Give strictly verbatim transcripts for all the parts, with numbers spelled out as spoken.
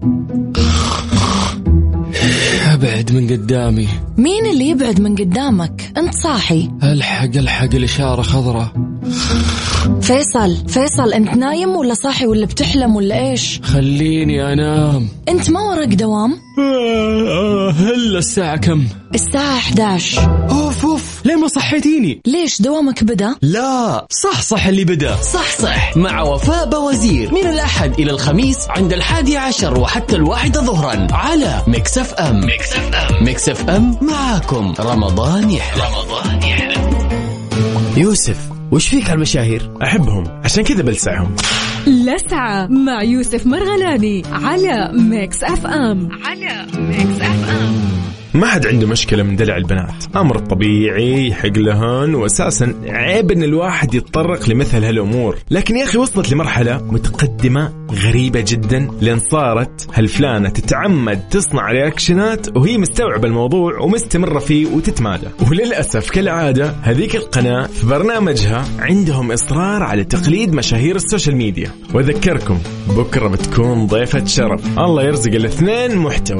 أبعد من قدامي. مين اللي يبعد من قدامك؟ أنت صاحي. ألحق ألحق الإشارة خضراء. فيصل فيصل أنت نايم ولا صاحي ولا بتحلم ولا إيش؟ خليني أنام. أنت ما وراك دوام؟ هلا الساعة كم؟ الساعة إحدى عشر. أوف أوف ليه ما صحيتيني؟ ليش دوامك بدأ؟ لا صح صح اللي بدأ. صح صح مع وفاء بوزير من الأحد إلى الخميس عند الحادي عشر وحتى الواحدة ظهرا على ميكس اف ام. ميكس اف ام ميكس اف ام معاكم رمضان يحلى. رمضان يحلى. يوسف وش فيك على المشاهير؟ أحبهم عشان كذا بلسعهم. لسعة مع يوسف مرغلاني على ميكس اف ام. على ميكس اف ام. ما حد عنده مشكلة من دلع البنات، أمر طبيعي يحق لهن، وأساسا عيب إن الواحد يتطرق لمثل هالأمور. لكن يا أخي وصلت لمرحلة متقدمة غريبة جدا، لأن صارت هالفلانة تتعمد تصنع رياكشنات وهي مستوعبة الموضوع ومستمرة فيه وتتمادى. وللأسف كالعادة هذيك القناة في برنامجها عندهم إصرار على تقليد مشاهير السوشيال ميديا. وأذكركم بكرة بتكون ضيفة شرف، الله يرزق الاثنين محتوى.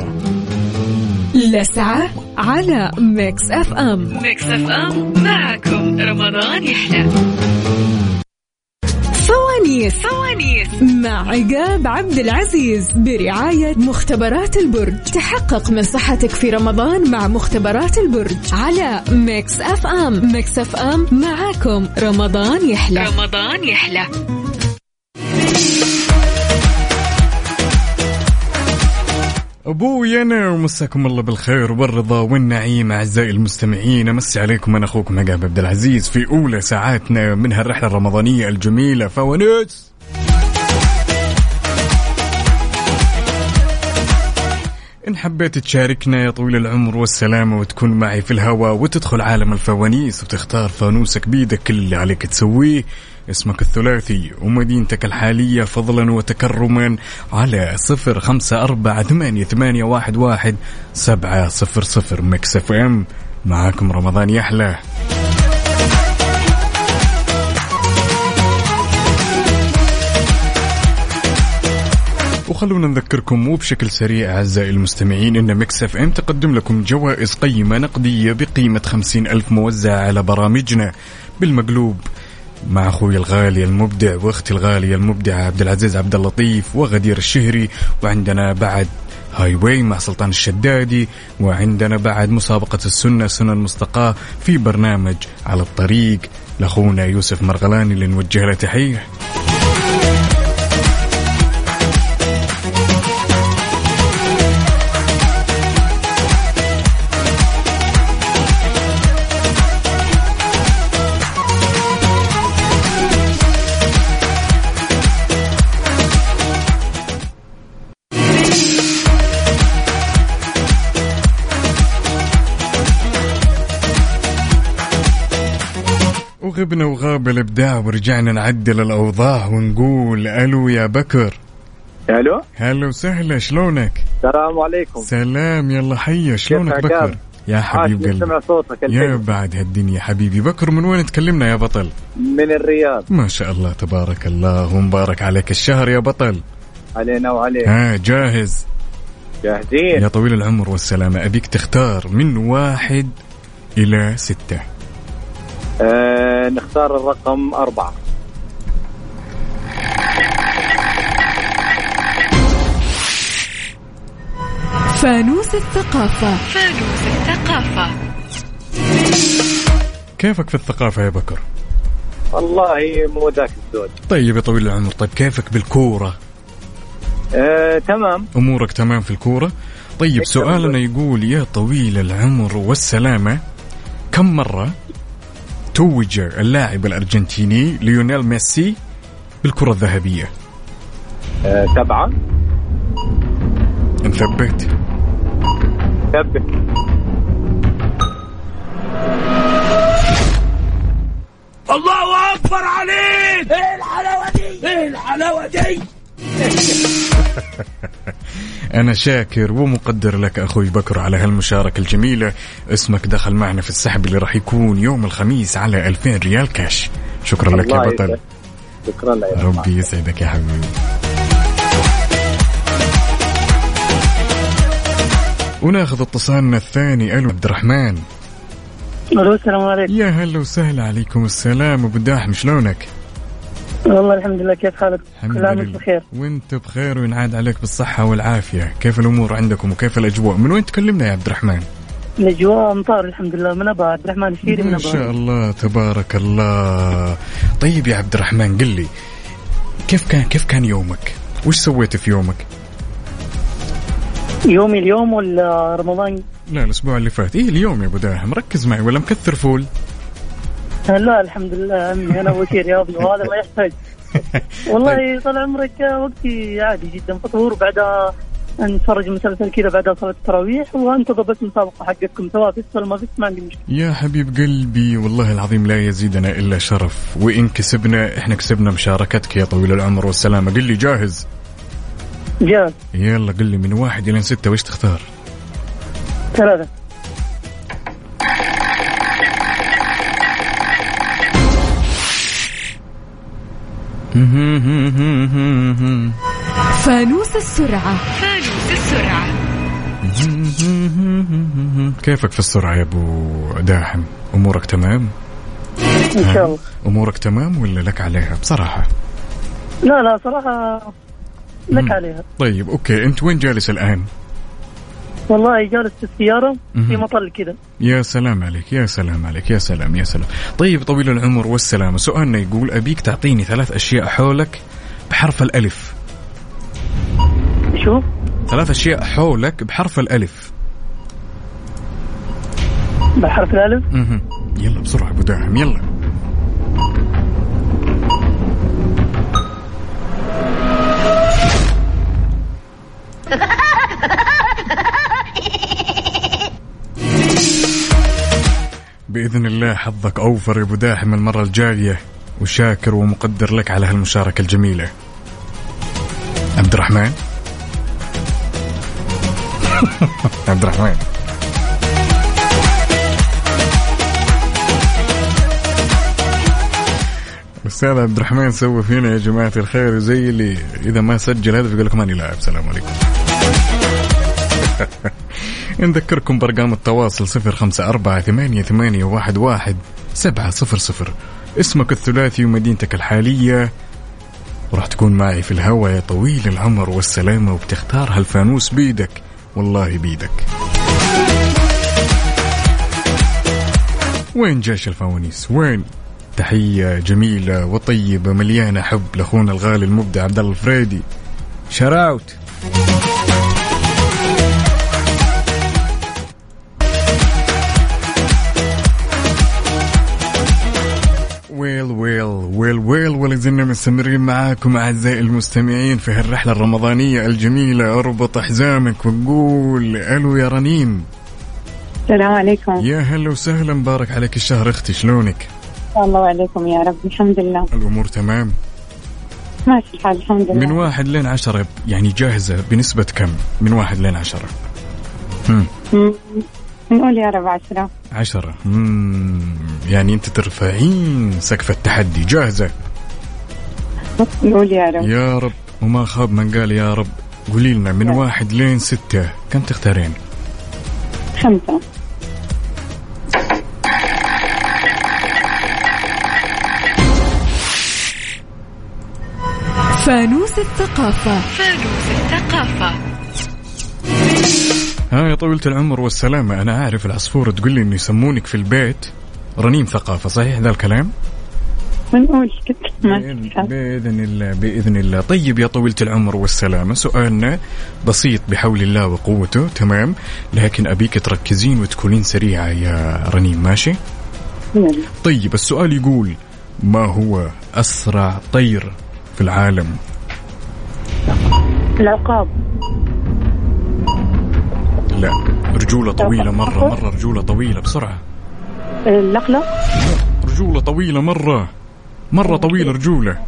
لسعة على ميكس اف ام. ميكس اف ام معكم رمضان يحلى. فوانيس فوانيس مع عقاب عبد العزيز برعاية مختبرات البرج. تحقق من صحتك في رمضان مع مختبرات البرج على ميكس اف ام. ميكس اف ام معكم رمضان يحلى. رمضان يحلى. أبوي أنا ومساكم الله بالخير والرضا والنعيم أعزائي المستمعين. أمسي عليكم أنا أخوكم عقاب عبد العزيز في أولى ساعاتنا من هالرحلة الرمضانية الجميلة فوانيس. إن حبيت تشاركنا يا طويل العمر والسلامة وتكون معي في الهواء وتدخل عالم الفوانيس وتختار فانوسك بيدك، كل اللي عليك تسويه اسمك الثلاثي ومدينتك الحالية فضلا وتكرما على صفر خمسة أربعة ثمانية ثمانية واحد واحد سبعة صفر صفر. ميكس اف ام معاكم رمضان يحلى. وخلونا نذكركم وبشكل سريع أعزائي المستمعين إن ميكس اف ام تقدم لكم جوائز قيمة نقدية بقيمة خمسين ألف موزعة على برامجنا بالمقلوب مع أخوي الغالي المبدع وأختي الغالية المبدعة عبد العزيز عبد اللطيف وغدير الشهري، وعندنا بعد هاي واي مع سلطان الشدادي، وعندنا بعد مسابقة السنة سنة المستقاة في برنامج على الطريق لأخونا يوسف مرغلاني اللي نوجه له تحية. غبنا وغاب الإبداع ورجعنا نعدل الأوضاع ونقول ألو يا بكر. ألو هلا وسهلا، شلونك؟ السلام عليكم. سلام، يلا حيا، شلونك بكر؟ يا حبيب قلبي نسمع صوتك يا بعد هالدنيا حبيبي. بكر من وين تكلمنا يا بطل؟ من الرياض. ما شاء الله تبارك الله ومبارك عليك الشهر يا بطل. علينا وعليك. ها جاهز؟ جاهزين يا طويل العمر والسلامة. أبيك تختار من واحد إلى ستة. آه نختار الرقم أربعة. فانوس الثقافة. فانوس الثقافة. كيفك في الثقافة يا بكر؟ والله مو ذاك الزود. طيب يا طويل العمر، طيب كيفك بالكورة؟ آه، تمام. أمورك تمام في الكورة؟ طيب سؤالنا يقول يا طويل العمر والسلامة، كم مرة توج اللاعب الأرجنتيني ليونيل ميسي بالكرة الذهبية؟ آه، سبعة. نثبت ثبت. الله أكبر عليك. ايه الحلاوة دي، ايه الحلاوة دي. أنا شاكر ومقدر لك أخوي بكر على هالمشاركة الجميلة. اسمك دخل معنا في السحب اللي راح يكون يوم الخميس على ألفين ريال كاش. شكرا لك يا بطل. شكرا لك. ربي يسعدك يا حبيبي. وناخذ اتصالنا الثاني. ألو عبد الرحمن. الو السلام عليكم. يا هلا وسهلا. عليكم السلام ابو داحم، شلونك؟ والله الحمد لله، كيف حالك؟ الحمد لله بخير. وانت بخير وينعاد عليك بالصحة والعافية. كيف الامور عندكم وكيف الاجواء؟ من وين تكلمنا يا عبد الرحمن؟ الاجواء امطار الحمد لله، من ابا عبد الرحمن الشيري من ما شاء الله تبارك الله. طيب يا عبد الرحمن قل لي كيف كان كيف كان يومك؟ وش سويت في يومك؟ يومي اليوم ولا رمضان؟ لا الاسبوع اللي فات. ايه اليوم يا ابو داحم، ركز معي ولا مكثر فول؟ لا الحمد لله عمي، انا وشي رياضي وهذا ما يحتاج. والله طال عمرك وقتي عادي جدا، فطور بعدها نتفرج مسلسل كذا، بعدها صلاة التراويح وانتظر بس مسابقة حقتكم، سواء فزت ولا ما فزت ما عندي مشكلة. يا حبيب قلبي والله العظيم لا يزيدنا إلا شرف، وإن كسبنا إحنا كسبنا مشاركتك يا طويل العمر والسلامة. قل لي جاهز؟ جاهز. يلا قل لي من واحد إلى ستة وإيش تختار؟ ثلاثة. فانوس السرعة. فانوس السرعة. كيفك في السرعة يا أبو داحم؟ أمورك تمام؟ إن شاء الله. أمورك تمام ولا لك عليها بصراحة؟ لا لا صراحة لك مم. عليها. طيب أوكي، أنت وين جالس الآن؟ والله جالس في السيارة في مطل كذا. يا سلام عليك يا سلام عليك يا سلام يا سلام. طيب طويل العمر والسلامة، سؤالنا يقول أبيك تعطيني ثلاث أشياء حولك بحرف الألف. شو؟ ثلاث أشياء حولك بحرف الألف. بحرف الألف؟ اها يلا بسرعة أبو داحم يلا. بإذن الله حظك أوفر يا أبو داحم المرة الجاية، وشاكر ومقدر لك على هالمشاركة الجميلة. عبد الرحمن عبد الرحمن أستاذ عبد الرحمن سوى فينا يا جماعة الخير، زي اللي إذا ما سجل هذا يقول لك ماني لاعب. السلام عليكم. نذكركم برقم التواصل صفر خمسة أربعة ثمانية ثمانية واحد واحد سبعة صفر صفر، اسمك الثلاثي ومدينتك الحالية، وراح تكون معي في الهواء يا طويل العمر والسلامة، وبتختار هالفانوس بيدك والله بيدك. وين جاش الفوانيس وين؟ تحية جميلة وطيبة مليانة حب لأخونا الغالي المبدع عبد الله الفريدي. شراوت. ويل ويل ويل ويل ولا زلنا مستمرين معاكم أعزائي المستمعين في هالرحلة الرمضانية الجميلة. اربط حزامك وقول ألو يا رنيم. السلام عليكم. يا هلا وسهلا، مبارك عليك الشهر اختي، شلونك؟ الله وعليكم يا رب. الحمد لله الأمور تمام ماشي الحال الحمد لله. من واحد لين عشرة يعني جاهزة بنسبة كم؟ من واحد لين عشرة. هم. نقول يا رب عشرة. عشرة. مم. يعني أنت ترفعين سقف التحدي. جاهزة؟ نقول يا رب. يا رب وما خاب من قال يا رب. قولي لنا من واحد لين ستة كم تختارين؟ خمسة. فانوس الثقافة. فانوس الثقافة. ها يا طويلة العمر والسلامة، أنا عارف العصفورة تقول لي إنه يسمونك في البيت رنيم ثقافة، صحيح ذا الكلام؟ بنقول كده بإذن الله بإذن الله. طيب يا طويلة العمر والسلامة، سؤالنا بسيط بحول الله وقوته، تمام؟ لكن أبيك تركزين وتكونين سريعة يا رنيم، ماشي؟ مم. طيب السؤال يقول ما هو أسرع طير في العالم؟ العقاب. لا رجولة طويلة مرة مرة رجولة طويلة بسرعة. اللقلق. رجولة طويلة مرة مرة طويلة رجولة.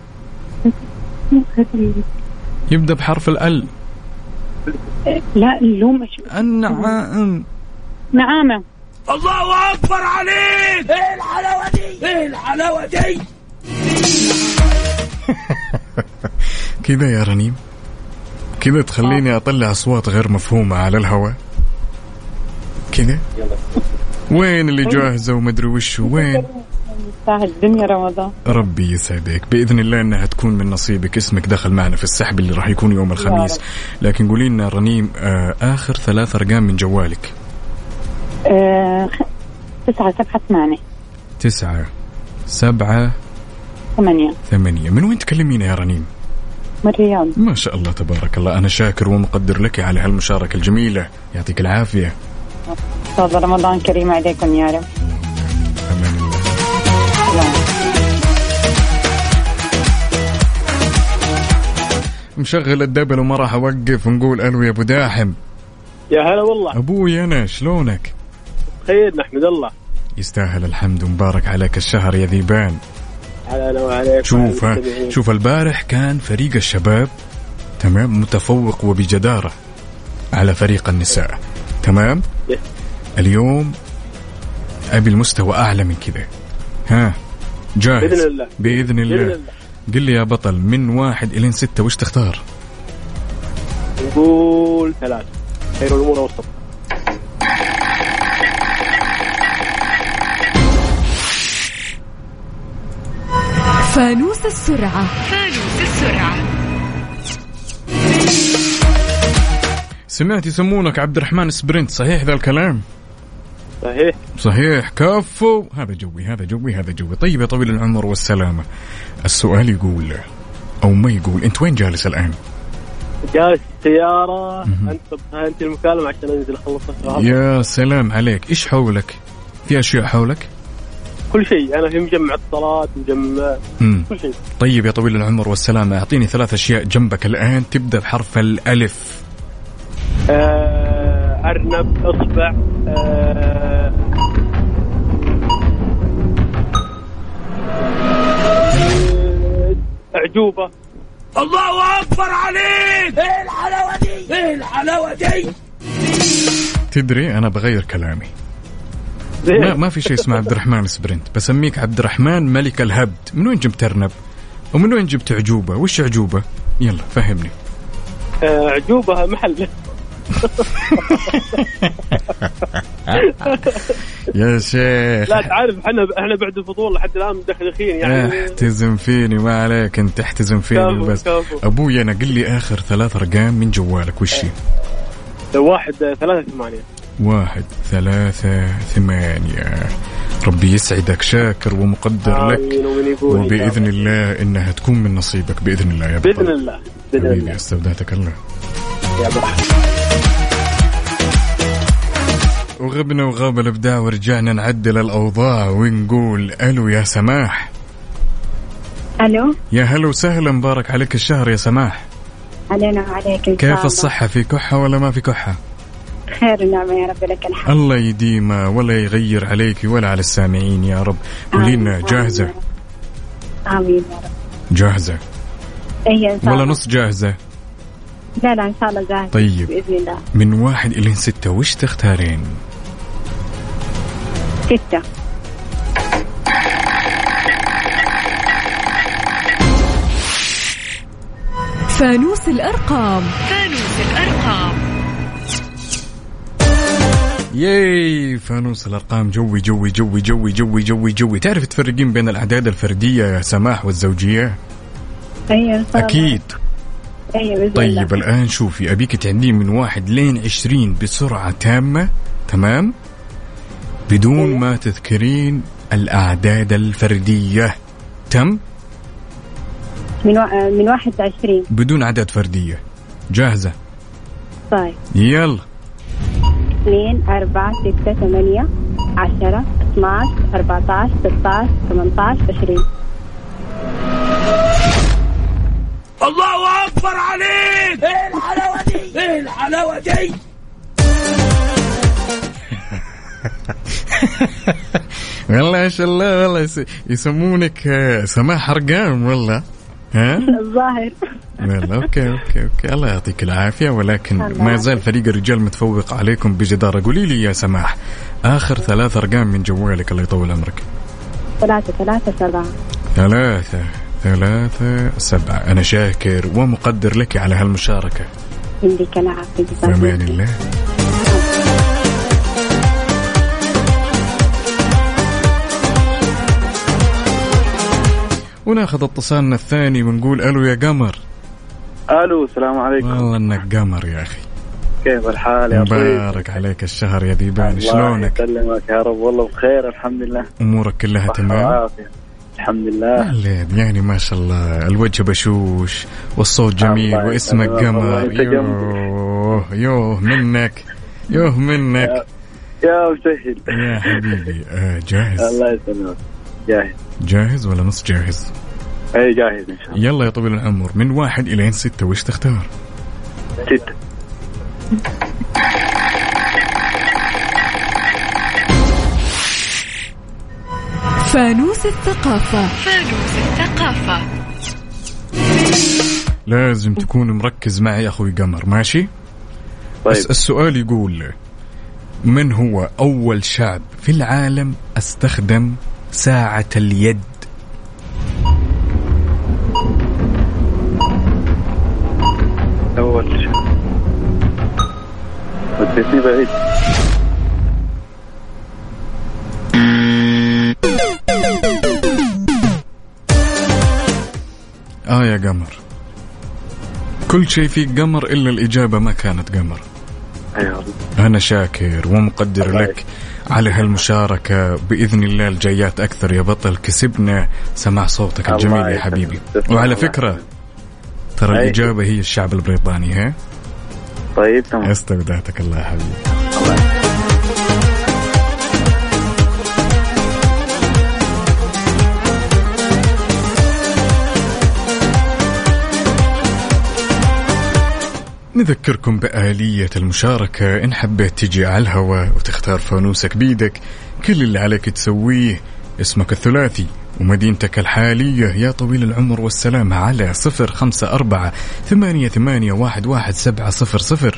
يبدأ بحرف الأل. لا اللوم. النعام. نعامة. الله أكبر عليك. ايه الحلاوة دي ايه الحلاوة دي. كذا يا رنيم كذا تخليني أطلع أصوات غير مفهومة على الهواء. كذا. وين اللي جاهزة ومدري وش وين؟ سهل الدنيا رمضان. ربي يسعدك بإذن الله أنها تكون من نصيبك. اسمك دخل معنا في السحب اللي راح يكون يوم الخميس. لكن قولي لنا رنيم آه آخر ثلاث أرقام من جوالك. آه تسعة سبعة ثمانية. تسعة سبعة ثمانية. ثمانية. من وين تكلمينا يا رنيم؟ من الرياض. ما شاء الله تبارك الله. أنا شاكر ومقدر لك على هالمشاركة الجميلة. يعطيك العافية. تفضل رمضان كريم عليكم يا رب. أمان الله. مشغل الدبل وما راح أوقف ونقول ألو يا أبو داحم. يا هلا والله. أبوي أنا شلونك؟ خير نحمد الله. يستاهل الحمد ومبارك عليك الشهر يا ذيبان. على وعليك. شوف شوف البارح كان فريق الشباب تمام متفوق وبجدارة على فريق النساء تمام. اليوم أبي المستوى أعلى من كذا. ها جاهز؟ بإذن الله. بإذن الله. بإذن الله. قل لي يا بطل من واحد إلى ستة وش تختار؟ نقول ثلاثة. خير الأمور وسط. فانوس السرعة. فانوس السرعة. سمعت يسمونك عبد الرحمن سبرنت، صحيح ذا الكلام؟ صحيح صحيح. كفو. هذا جوي هذا جوي هذا جوي. طيب يا طويل العمر والسلامة، السؤال يقول أو ما يقول أنت وين جالس الآن؟ جالس السيارة. أنت أنت المكالمة عشان أنزل أخلصها. يا سلام عليك. إيش حولك؟ في أشياء حولك؟ كل شيء. أنا في مجمع اتصالات مجمع مم. كل شيء. طيب يا طويل العمر والسلامة أعطيني ثلاث أشياء جنبك الآن تبدأ بحرف الألف. آه أرنب. أصبع. آه أعجوبة. الله أكبر عليك. إيه الحلاوة دي؟ إيه الحلاوة دي؟ تدري أنا بغير كلامي. ما ما في شيء اسمه عبد الرحمن سبرنت، بسميك عبد الرحمن ملك الهبد. من وين جبت أرنب؟ ومن وين جبت عجوبة؟ وش عجوبة؟ يلا فهمني. آه عجوبة محل. يا شيخ لا تعرف احنا احنا بعد الفضول لحد الان مدخدخين يعني. احتزم فيني ما عليك انت احتزم فيني بس. ابوي انا قل لي اخر ثلاث ارقام من جوالك وش هي؟ واحد ثلاثة ثمانية. واحد ثلاثة ثمانية. ربي يسعدك، شاكر ومقدر لك وبإذن الله إنها تكون من نصيبك بإذن الله يا بطل. بإذن الله. حبيبي استودعتك الله يا برحمة. وغبنا وغاب الإبداع ورجعنا نعدل الأوضاع ونقول ألو يا سماح. ألو يا هلا وسهلا، مبارك عليك الشهر يا سماح. علينا وعليك. كيف الصحة؟ في كحة ولا ما في كحة؟ خير ونعمة يا رب لك الحمد. الله يديمه ولا يغير عليك ولا على السامعين يا رب. قولينا جاهزة؟ آمين يا رب. جاهزة؟ أي ولا نص جاهزة؟ لا لا إن شاء الله جاهزة. طيب بإذن الله. من واحد إلى ستة وش تختارين؟ ستة. فانوس الأرقام. فانوس الأرقام. ياي فانوس الأرقام. جوي جوي جوي جوي جوي جوي جوي. تعرف تفرقين بين الأعداد الفردية يا سماح والزوجية؟ أيوة أكيد. أيوة. طيب الآن شوفي أبيك تعدين من واحد لين عشرين بسرعة تامة تمام بدون أيوة. ما تذكرين الأعداد الفردية. تم؟ من و... من واحد لعشرين بدون أعداد فردية. جاهزة؟ طيب يلا. اثنين أربعة ستة ثمانية عشرة اثناعش أربعتاعش ستاعش ثمانتاعش عشرين. الله أكبر عليك. إيه الحلاوة دي؟ إيه الحلاوة دي؟ والله ما شاء الله والله يسمونك سماح أرقام والله. ها؟ الظاهر. والله أوكي أوكي أوكي الله يعطيك العافية. ولكن ما زال فريق الرجال متفوق عليكم بجدارة. قولي لي يا سماح آخر ثلاث أرقام من جوالك الله يطول عمرك. ثلاثة ثلاثة سبعة. ثلاثة ثلاثة سبعة. أنا شاكر ومقدر لك على هالمشاركة. عندك العافية. بأمان الله. وناخذ اتصالنا الثاني ونقول ألو يا قمر. ألو السلام عليكم. والله إنك قمر يا أخي. كيف الحال يا طيب؟ مبارك عليك الشهر يا ذيبان، شلونك؟ الله يسلمك يا رب. والله بخير الحمد لله. أمورك كلها تمام؟ الحمد لله. يعني ما شاء الله الوجه بشوش والصوت جميل واسمك قمر. يوه يوه منك يوه منك يا مسهل يا حبيبي. آه جاهز؟ الله يسلمك. جاهز. جاهز ولا نص جاهز؟ اي جاهز ان شاء الله. يلا يا طويل العمر، من واحد الى ستة وش تختار؟ ستة. فانوس الثقافة. فانوس الثقافة. لازم تكون مركز معي يا أخوي قمر، ماشي؟ طيب. بس السؤال يقول: من هو أول شعب في العالم استخدم ساعة اليد؟ أول شعب وديتني بعيد. آه يا قمر، كل شيء فيك قمر إلا الإجابة ما كانت قمر. أيوة. أنا شاكر ومقدر لك على هالمشاركة. بإذن الله الجايات أكثر يا بطل. كسبنا سماع صوتك الجميل يا حبيبي. وعلى فكرة ترى الإجابة هي الشعب البريطاني. ها طيب تمام. استودعتك الله يا حبيبي. نذكركم بآلية المشاركة. إن حبيت تجي على الهواء وتختار فانوسك بيدك، كل اللي عليك تسويه اسمك الثلاثي ومدينتك الحالية يا طويل العمر والسلامة على صفر خمسة أربعة ثمانية ثمانية واحد واحد سبعة صفر صفر.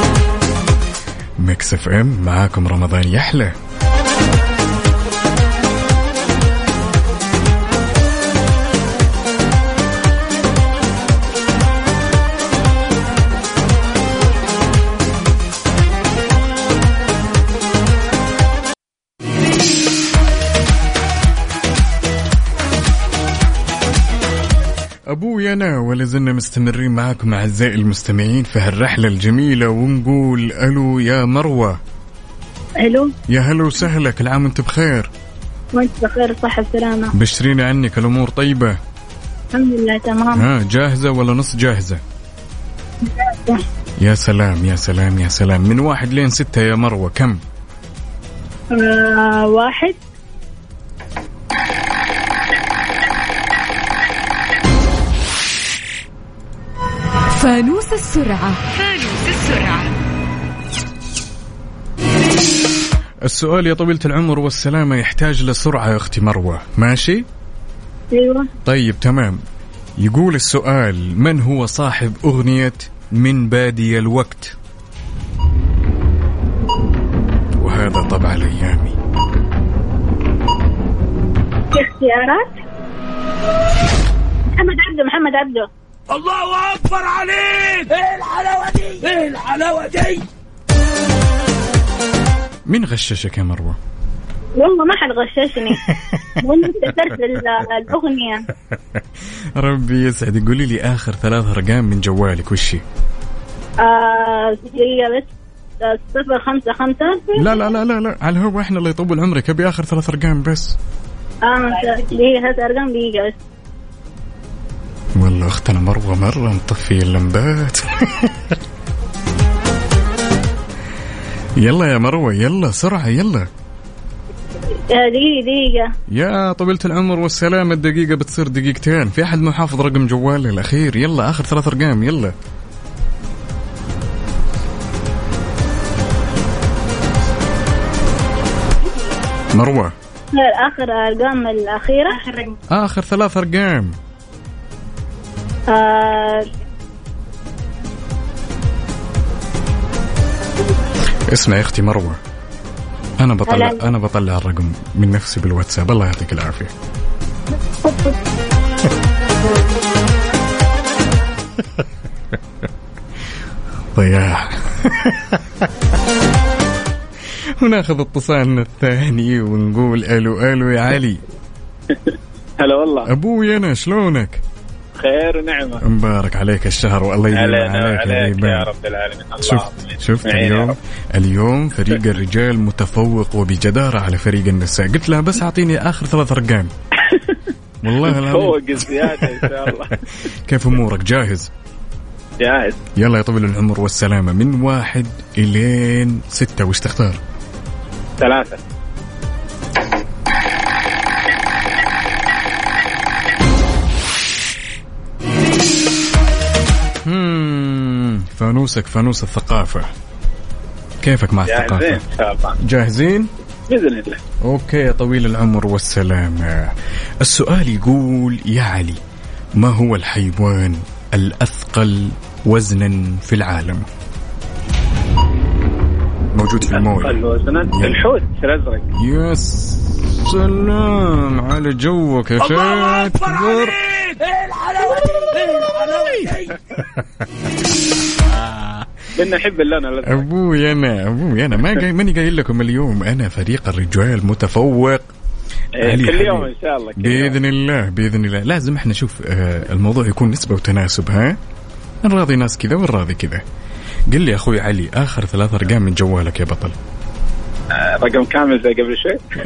ميكس اف ام معاكم رمضان يحلى. أبوي أنا ولا زلنا مستمرين معاكم أعزائي المستمعين في هالرحلة الجميلة، ونقول ألو يا مروة. ألو يا هلو وسهلا، كل عام وانت بخير. وانت بخير صحة وسلامة. بشرينا عنك، الأمور طيبة؟ الحمد لله تمام. ها جاهزة ولا نص جاهزة؟ جاهزة. يا سلام يا سلام يا سلام. من واحد لين ستة يا مروة كم؟ آه واحد. فانوس السرعة. فانوس السرعة. السؤال يا طويلة العمر والسلامة يحتاج لسرعة يا أختي مروة، ماشي؟ أيوة. طيب تمام. يقول السؤال: من هو صاحب أغنية من بادي الوقت؟ وهذا طبع الأيامي. اختيارات: محمد عبده. محمد عبده. الله أكبر عليك. ايه الحلاوة دي، ايه الحلاوة دي. مين غششك يا مروة؟ والله ما حد غششني. وانت كسرت الأغنية. ربي يسعد. قولي لي آخر ثلاث أرقام من جوالك وشي؟ آه بس صفر خمسة خمسة. لا لا لا لا لا على الهوا، احنا اللي يطول عمرك. أبي آخر ثلاث أرقام بس. اه دقيقة ثلاث أرقام دقيقة بس. والله أختنا مروة مرة مطفي اللمبات. يلا يا مروة يلا سرعة يلا. دقيقة دقيقة يا طويلة العمر والسلامة. الدقيقة بتصير دقيقتين. في أحد محافظ رقم جواله الأخير؟ يلا آخر ثلاث أرقام يلا. مروة آخر أرقام الأخيرة. آخر رقم. آخر ثلاث أرقام. آه... اسمع يا أختي مروة، أنا بطلع أنا بطلع الرقم من نفسي بالواتساب. الله يعطيك العافية. ضياع. وناخذ اتصالنا الثاني ونقول ألو ألو يا علي. هلا والله. ابوي انا، شلونك؟ خير ونعمة. مبارك عليك الشهر والله يديم عليك, عليك يا رب العالمين. شوف شفت اليوم اليوم فريق الرجال متفوق وبجدارة على فريق النساء. قلت لها بس اعطيني اخر ثلاث ارقام. والله فوق الزيادة ان شاء الله. كيف امورك؟ جاهز؟ جاهز. يلا يا طويل العمر والسلامة، من واحد الين ستة وش تختار؟ ثلاثة. مم. فانوسك فانوس الثقافة. كيفك مع الثقافة؟ جاهزين إن شاء الله. جاهزين؟ بإذن الله. أوكي يا طويل العمر والسلامة، السؤال يقول يا علي، ما هو الحيوان الأثقل وزنا في العالم؟ موجود في المويه. الحوت الأزرق. يا سلام على جوك يا شيخ. الله أكبر عليك. إيه الحلاوة دي؟ بدنا نحب اللون الأزرق. أبوي أنا أبوي أنا ما جاي ماني قايل لكم اليوم أنا فريق الرجال متفوق. إيه كل يوم إن شاء الله. بإذن الله بإذن الله. لازم إحنا نشوف آه الموضوع يكون نسبة وتناسب. ها نراضي ناس كذا ونراضي كذا. قل لي أخوي علي آخر ثلاث أرقام من جوالك يا بطل. آه رقم كامل زي قبل شوي.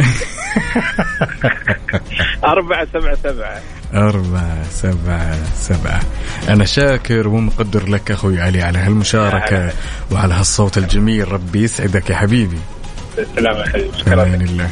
أربعة سبعة سبعة. أربعة سبعة سبعة. أنا شاكر ومقدر لك أخوي علي على هالمشاركة وعلى هالصوت الجميل. ربي يسعدك يا حبيبي. السلام عليكم. أمان الله.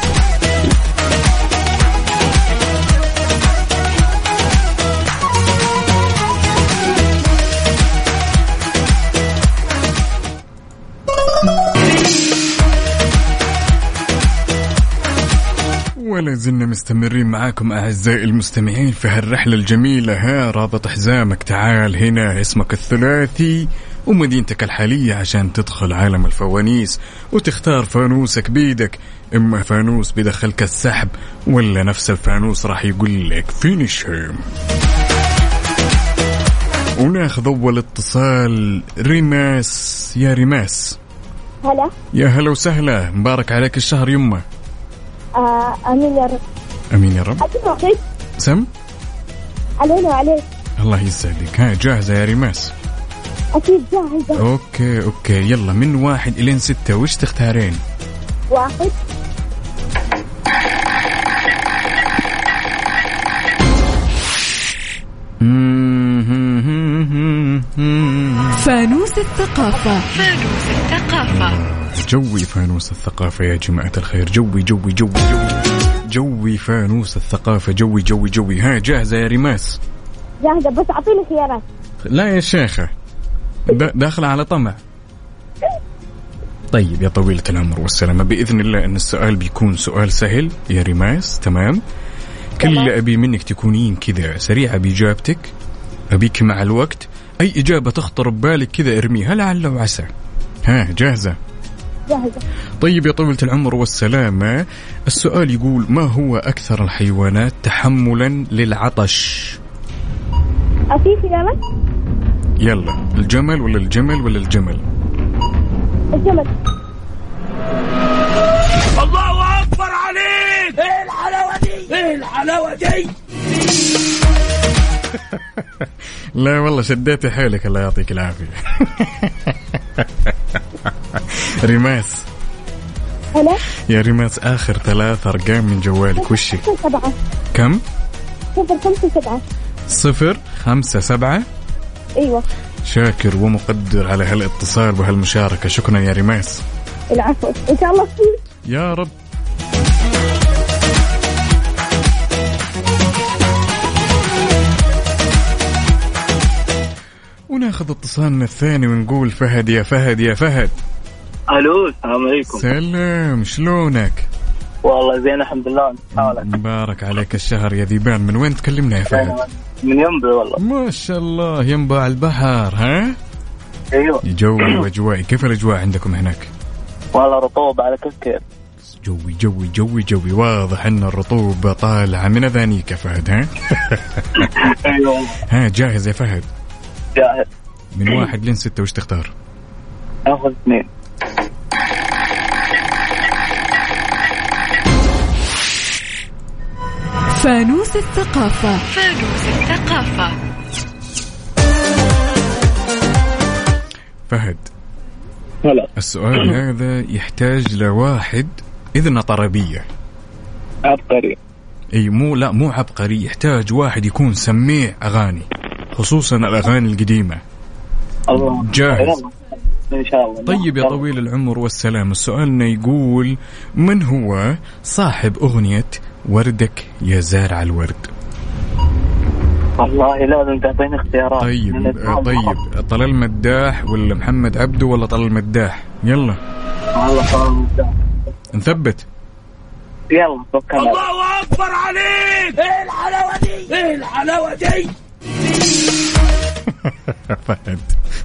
ولا زلنا مستمرين معاكم أعزائي المستمعين في هالرحلة الجميلة. ها رابط حزامك، تعال هنا، اسمك الثلاثي ومدينتك الحالية عشان تدخل عالم الفوانيس وتختار فانوسك بيدك. إما فانوس بدخلك السحب ولا نفس الفانوس راح يقول لك فينيش هيم. وناخذ أول اتصال. ريماس. يا ريماس. هلا. يا هلا وسهلا، مبارك عليك الشهر يمه. آه أمين يا رب. أمين يا رب. أكيد. سم علينا وعليك. الله يسعدك. ها جاهزة يا ريماس؟ أكيد جاهزة. أوكي أوكي يلا من واحد إلين ستة وش تختارين؟ واحد. فانوس الثقافة. فانوس الثقافة. جوي فانوس الثقافة يا جماعة الخير. جوي جوي جوي جوي جوي فانوس الثقافة. جوي جوي جوي. ها جاهزة يا ريماس؟ جاهزة بس أعطيني خيارات. لا يا شيخة داخلة على طمع. طيب يا طويلة العمر والسلامة، بإذن الله أن السؤال بيكون سؤال سهل يا ريماس. تمام. كل اللي أبي منك تكونين كذا سريعة بإجابتك. أبيك مع الوقت أي إجابة تخطر ببالك كذا ارميها لعل وعسى. ها جاهزة؟ جاهزة. طيب يا طويلة العمر والسلامة، السؤال يقول ما هو أكثر الحيوانات تحملا للعطش؟ أفي خيارات؟ يلا الجمل ولا الجمل ولا الجمل؟ الجمل. الله أكبر عليك. إيه الحلاوة دي؟ إيه الحلاوة دي؟ لا والله شديتي حيلك، الله يعطيك العافية. ريماس. هلا. يا ريماس آخر ثلاث أرقام من جوالك وشي؟ سبعة. كم؟ صفر خمسة سبعة. صفر خمسة سبعة. أيوة. شاكر ومقدر على هالاتصال وهالمشاركة. شكرا يا ريماس. العفو إن شاء الله. يا رب. وناخذ اتصالنا الثاني ونقول فهد. يا فهد. يا فهد. الو السلام عليكم. سلام، شلونك؟ والله زين الحمد لله. حالك؟ مبارك عليك الشهر يا ذيبان. من وين تكلمنا يا فهد؟ من ينبع والله. ما شاء الله ينبع البحر. ها ايوه جوي واجوائي. كيف الاجواء عندكم هناك؟ والله رطوبة على كيف كيف. جوي جوي جوي جوي. واضح ان الرطوبة طالعة من اذانيك يا فهد. ها ايوه. ها جاهز يا فهد؟ جاهز. من واحد لين ستة وش تختار؟ اخذ اثنين. فانوس الثقافة. فانوس الثقافة. فهد، هلا. السؤال هذا يحتاج لواحد إذن طربية. عبقري. اي مو لا مو عبقري، يحتاج واحد يكون سميع اغاني، خصوصا الاغاني القديمه. الله. جاهز ان شاء الله. طيب يا طويل العمر والسلام، السؤالنا يقول: من هو صاحب اغنيه وردك يا زارع الورد؟ والله لازم تعطيني اختيارات. طيب طيب طلال مداح ولا محمد عبده ولا طلال مداح؟ يلا والله طلال مداح. نثبت. يلا توكل. الله اكبر عليك. ايه الحلاوه دي؟ ايه الحلاوه دي؟ فهد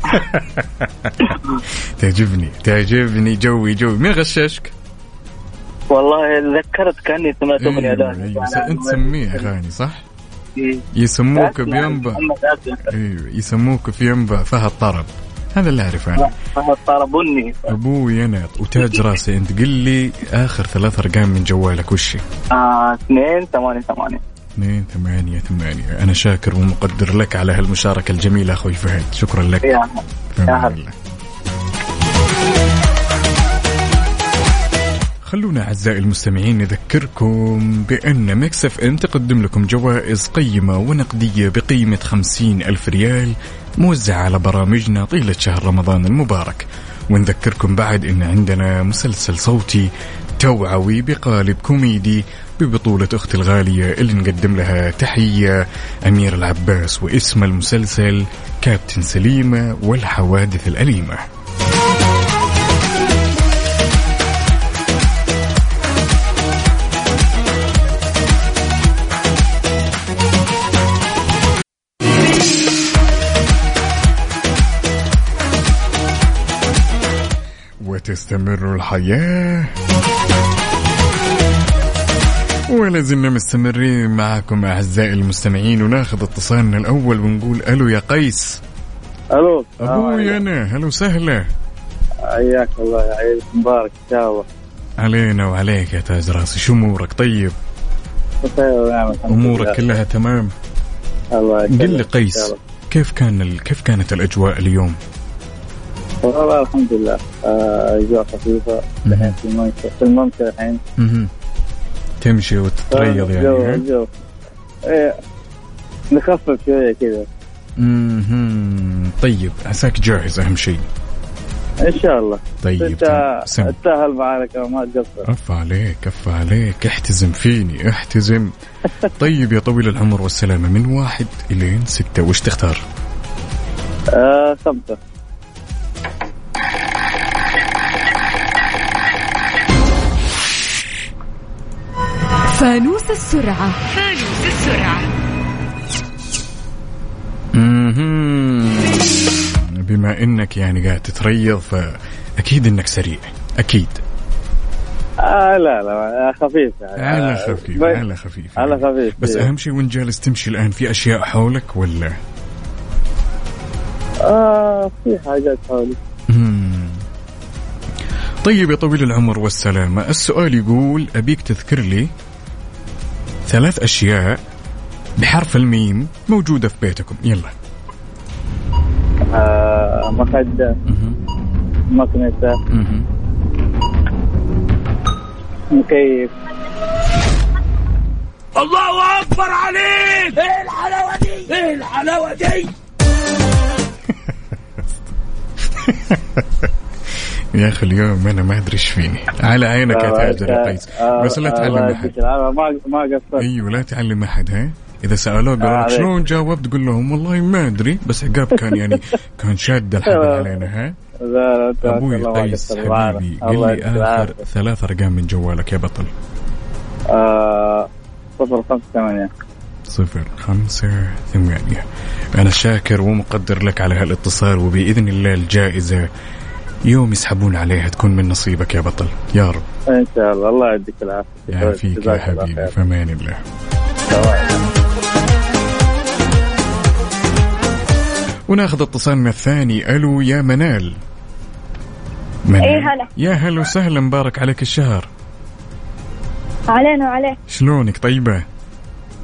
تعجبني تعجبني جوي جوي. مين غششك؟ والله ذكرت كأني سمعت أغنية. أيوة أيوة. أنت سميه أغاني صح؟ يسموك بينبع. أيوة يسموك في ينبع فهد طرب، هذا اللي أعرفه أنا. فهد طرب بني. أبوي أنا وتاج راسي. أنت قل لي آخر ثلاث أرقام من جوالك وشي؟ آه اثنين ثمانية ثمانية. اثنين ثمانية ثمانية. أنا شاكر ومقدر لك على هالمشاركة الجميلة أخوي فهد، شكرا لك. يا هلا. خلونا أعزائي المستمعين نذكركم بأن ميكس اف ام تقدم لكم جوائز قيمة ونقدية بقيمة خمسين ألف ريال موزعة على برامجنا طيلة شهر رمضان المبارك. ونذكركم بعد أن عندنا مسلسل صوتي توعوي بقالب كوميدي ببطولة أختي الغالية اللي نقدم لها تحية أمير العباس، واسم المسلسل كابتن سليمة والحوادث الأليمة. وتستمر الحياة ولازلنا مستمرين معكم أعزائي المستمعين، وناخذ اتصالنا الأول ونقول ألو يا قيس. ألو أبوي أنا. هلو سهلة. حياك الله يا عيد مبارك إن شاء الله. علينا وعليك يا تاج راسي. شو أمورك؟ طيب أمورك كلها تمام؟ الله يكرمك. قل لي قيس، كيف كان ال... كيف كانت الأجواء اليوم؟ والله الحمد لله أجواء خفيفة الحين في الممشى في الممشى الحين. تمشي وتتريض يعني. جو جو إيه نخفف شوية كذا. امم طيب عساك جاهز أهم شيء إن شاء الله. طيب التأهل معك ما تقصر. أف عليك أف عليك، احتزم فيني احتزم. طيب يا طويل العمر والسلامة، من واحد إلين ستة وش تختار؟ آه خمسة. فانوس السرعة. فانوس السرعة. بما إنك يعني قاعد تتريض فأكيد إنك سريع أكيد. آه لا لا خفيف يعني. على خفيف على خفيف على خفيف. بس أهم شيء وين جالس تمشي الآن في أشياء حولك ولا؟ آه في حاجات حولي. طيب يا طويل العمر والسلامة، السؤال يقول أبيك تذكر لي ثلاث أشياء بحرف الميم موجودة في بيتكم. يلا. آه مخدة، مكنسة، مكيف. الله أكبر عليك. ايه الحلاوة دي؟ ايه الحلاوة دي؟ يا أخي اليوم أنا ما أدري إيش فيني. على عينك يا تاجر يا قيس، بس لا تعلم أحد. ما ما قصرت. أيوة لا تعلم أحد. ها إذا سألوه قالوا لك شلون جاوبت قل لهم والله ما أدري، بس عقاب كان يعني كان شاد الحبل علينا. ها أبوي قيس حبيبي قل لي آخر ثلاث أرقام من جوالك يا بطل. آه صفر خمسة ثمانية. صفر خمسة ثمانية. أنا شاكر ومقدر لك على هالاتصال، وبإذن الله الجائزة يوم يسحبون عليها تكون من نصيبك يا بطل يا رب إن شاء الله. الله يديك العافية. يعافيك يا حبيبي، فمان الله. وناخذ اتصالنا الثاني. ألو يا منال. منال. ايه هلا. يا هلا وسهلا، مبارك عليك الشهر. علينا وعليك. شلونك؟ طيبة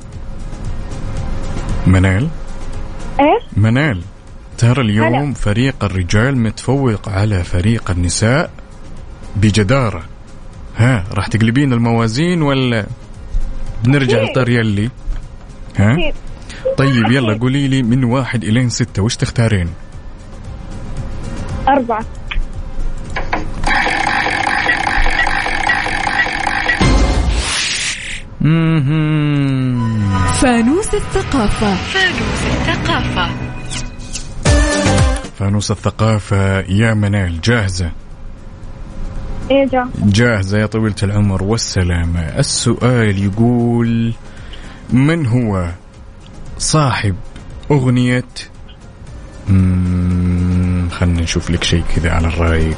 منال ايش؟ منال، ترى اليوم هلا. فريق الرجال متفوق على فريق النساء بجدارة. ها راح تقلبين الموازين ولا بنرجع لطريق اللي ها؟ طيب يلا قولي لي من واحد إلين ستة وش تختارين؟ أربعة. فانوس الثقافة. فانوس الثقافة. فانوس الثقافة يا منال جاهزة؟ ايه جاهزة. جاهزة يا طويلة العمر والسلامة. السؤال يقول من هو صاحب أغنية خلنا نشوف لك شيء كذا على الرايق.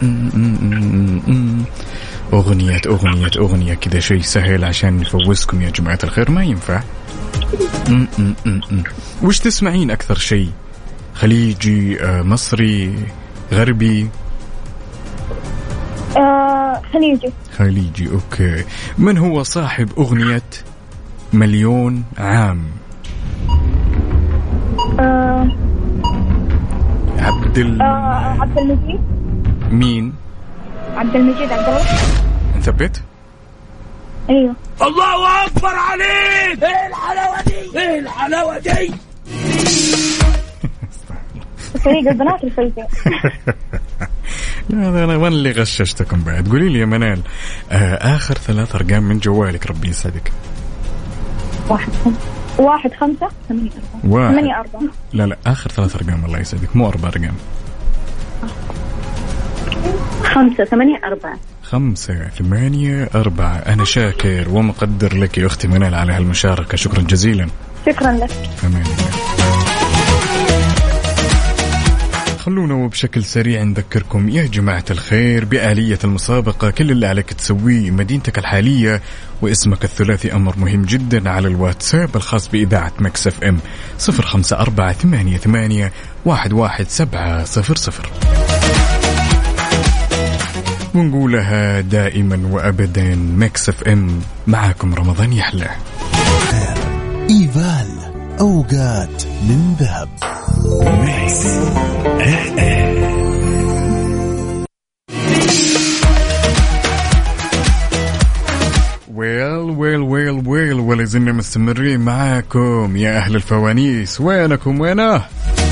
أغنية أغنية أغنية كذا شيء سهل عشان نفوزكم يا جماعة الخير. ما ينفع. م -م -م -م. وش تسمعين أكثر شيء؟ خليجي، مصري، غربي؟ آه خليجي. خليجي. أوكي. من هو صاحب أغنية مليون عام؟ آه عبد ال... آه عبد المجيد. مين؟ عبد المجيد عبد الله. انثبت؟ ايوه. الله اكبر عليك. ايه الحلاوه دي؟ ايه الحلاوه دي؟ فريق البنات الفايزين. لا انا وانا اللي غششتكم بعد. قولي لي يا منال آه اخر ثلاث ارقام من جوالك ربي يسعدك. واحد خمسة واحد خمسة ثمانية أربعة ثمانية أربعة. لا لا آخر ثلاث أرقام الله يسعدك، مو أربع أرقام. خمسة ثمانية أربعة. خمسة ثمانية أربعة. أنا شاكر ومقدر لك يا أختي منال على هالمشاركة. شكرا جزيلا. شكرا لك. أمان الله. خلونا وبشكل سريع نذكركم يا جماعة الخير بآلية المسابقة. كل اللي عليك تسويه مدينتك الحالية واسمك الثلاثي. أمر مهم جدا على الواتساب الخاص بإذاعة ميكس اف ام صفر خمسة أربعة ثمانية ثمانية واحد واحد سبعة صفر صفر. ونقولها دائما وأبدا ميكس اف ام معاكم رمضان يحلى. إيفال أوقات من ذهب. ميكس اف ام. ويل ويل ويل ويل ولا زلنا مستمرين معاكم يا أهل الفوانيس. وينكم وينه؟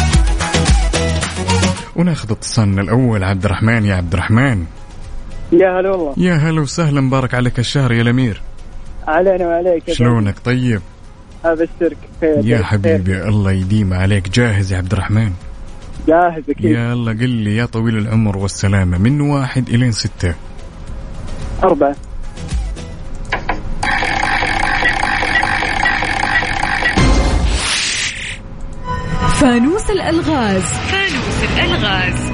وناخذ اتصالنا الأول عبد الرحمن. يا عبد الرحمن يا هلا والله. يا هلا وسهلا. مبارك عليك الشهر يا الأمير. علينا وعليك. شلونك؟ طيب أبشرك خير يا حبيبي. الله يديم عليك. جاهز يا عبد الرحمن؟ جاهز أكيد. يلا قل لي يا طويل العمر والسلامة من واحد إلين ستة. أربعة. فانوس الألغاز. فانوس الألغاز.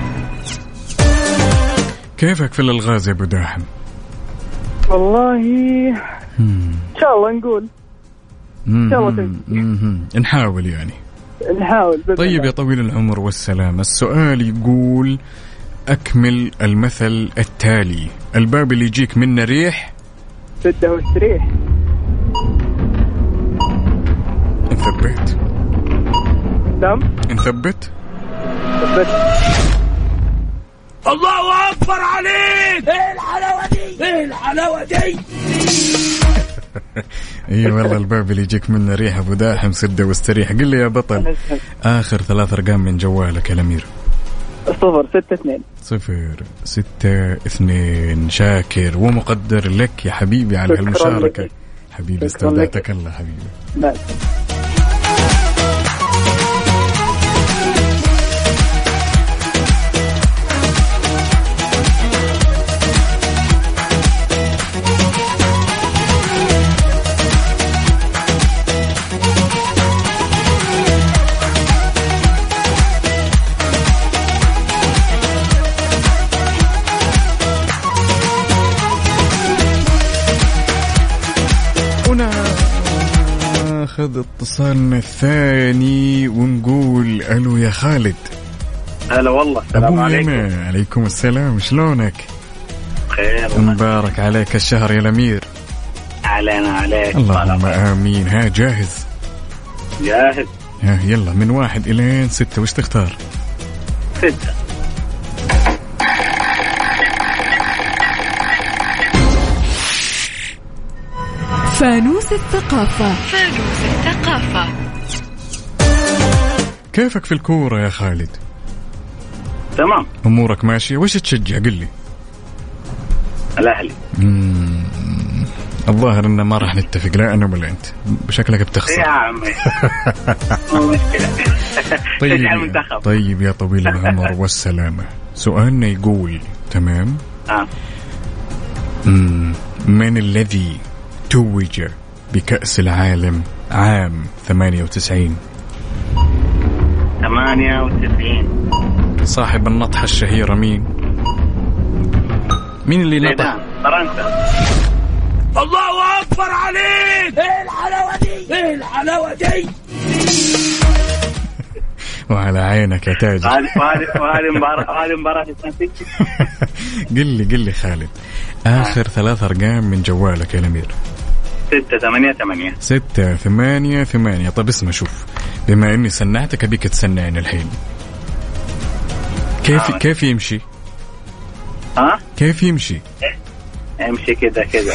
كيفك في الألغاز يا أبو داحم؟ والله إن شاء الله نقول إن شاء الله تمشي. نحاول يعني نحاول. طيب يا طويل العمر والسلام السؤال يقول أكمل المثل التالي. الباب اللي يجيك منه ريح سده واستريح. انثبت؟ نعم انثبت؟ ثبت. الله أكبر عليك. ايه الحلاوة دي؟ ايه الحلاوة دي؟ اي والله الباب اللي يجيك منه ريح ابو داحم سده واستريح. قل لي يا بطل اخر ثلاث ارقام من جوالك يا الامير. صفر ستة اثنين. صفر ستة اثنين. شاكر ومقدر لك يا حبيبي على هالمشاركة. حبيبي استودعتك الله حبيبي. لا. ناخذ اتصالنا الثاني ونقول الو يا خالد. هلا والله. السلام عليكم. عليكم السلام. شلونك؟ خير. مبارك عليك الشهر يا الامير. علينا عليك. اللهم امين. ها جاهز؟ جاهز. يلا من واحد إلين ستة وش تختار؟ ستة. فانوس الثقافة. فانوس الثقافة. كيفك في الكورة يا خالد؟ تمام. أمورك ماشية؟ وش تشجع قل لي؟ الأهلي. الظاهر إن ما راح نتفق لا أنا ولا أنت، بشكلك بتخسر. يا عمي. مو مشكلة. طيب طيب يا طويل العمر والسلامة، سؤالنا يقول تمام. آه. من الذي توج بكأس العالم عام ثمانية وتسعين؟ ثمانية وتسعين. صاحب النطحة الشهيرة مين؟ مين اللي نطح؟ فرنسا. الله أكبر عليك. ايه الحلاوة دي؟ ايه الحلاوة دي؟ وعلى عينك يا تاج. هذه هذه مباراة هذه مباراة قل لي قل لي خالد، آخر ثلاث أرقام من جوالك يا الأمير. ستة ثمانية ثمانية. ستة ثمانية ثمانية. طب اسمع شوف، بما إني سنعتك أبيك تسنعني الحين. كيف آه. كيف يمشي؟ ها؟ كيف يمشي؟ امشي كذا كذا.